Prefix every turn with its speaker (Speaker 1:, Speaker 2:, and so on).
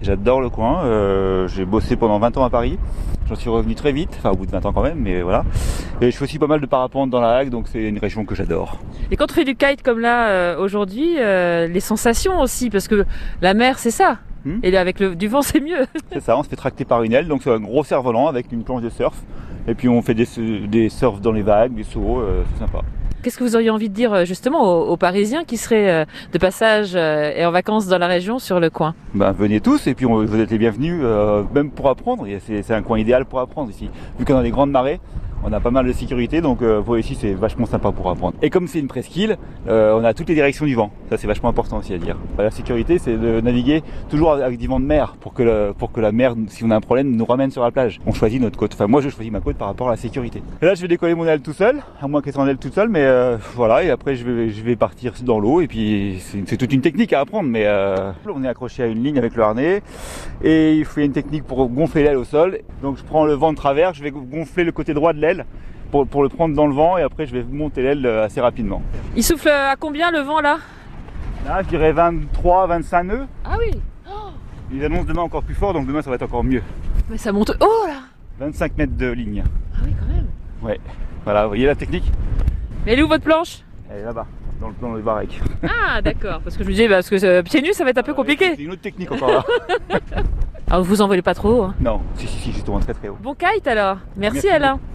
Speaker 1: j'adore le coin. J'ai bossé pendant 20 ans à Paris. J'en suis revenu très vite, enfin au bout de 20 ans quand même, mais voilà. Et je fais aussi pas mal de parapente dans la Hague, donc c'est une région que j'adore.
Speaker 2: Et quand on fait du kite comme là aujourd'hui, les sensations aussi, parce que la mer c'est ça. Et avec du vent c'est mieux.
Speaker 1: C'est ça, on se fait tracter par une aile, donc c'est un gros cerf-volant avec une planche de surf. Et puis on fait des surfs dans les vagues, des sauts, c'est sympa.
Speaker 2: Qu'est-ce que vous auriez envie de dire justement aux Parisiens qui seraient de passage et en vacances dans la région sur le coin?
Speaker 1: Ben, venez tous et puis vous êtes les bienvenus, même pour apprendre. C'est un coin idéal pour apprendre ici. Vu qu'on a des grandes marées, on a pas mal de sécurité, donc ici c'est vachement sympa pour apprendre. Et comme c'est une presqu'île, on a toutes les directions du vent. Ça c'est vachement important aussi à dire. La sécurité, c'est de naviguer toujours avec du vent de mer pour que la mer, si on a un problème, nous ramène sur la plage. On choisit notre côte. Enfin moi je choisis ma côte par rapport à la sécurité. Et là je vais décoller mon aile tout seul, à moins qu'elle soit en aile toute seule, mais voilà. Et après je vais partir dans l'eau et puis c'est toute une technique à apprendre. Mais on est accroché à une ligne avec le harnais et il faut une technique pour gonfler l'aile au sol. Donc je prends le vent de travers, je vais gonfler le côté droit de l'aile. Pour le prendre dans le vent et après je vais monter l'aile assez rapidement.
Speaker 2: Il souffle à combien le vent là?
Speaker 1: Là je dirais 23, 25 nœuds.
Speaker 2: Ah oui.
Speaker 1: Ils annoncent demain encore plus fort, donc demain ça va être encore mieux.
Speaker 2: Mais ça monte haut là.
Speaker 1: 25 mètres de ligne.
Speaker 2: Ah oui quand même.
Speaker 1: Ouais, voilà, vous voyez la technique?
Speaker 2: Mais elle est où votre planche?
Speaker 1: Elle est là-bas, dans le varech.
Speaker 2: Ah d'accord, parce que je me disais, parce que pieds nus ça va être un peu compliqué.
Speaker 1: C'est une autre technique encore là.
Speaker 2: Alors vous envolez pas trop haut hein?
Speaker 1: Non, si, justement très très haut.
Speaker 2: Bon kite alors, merci Alain.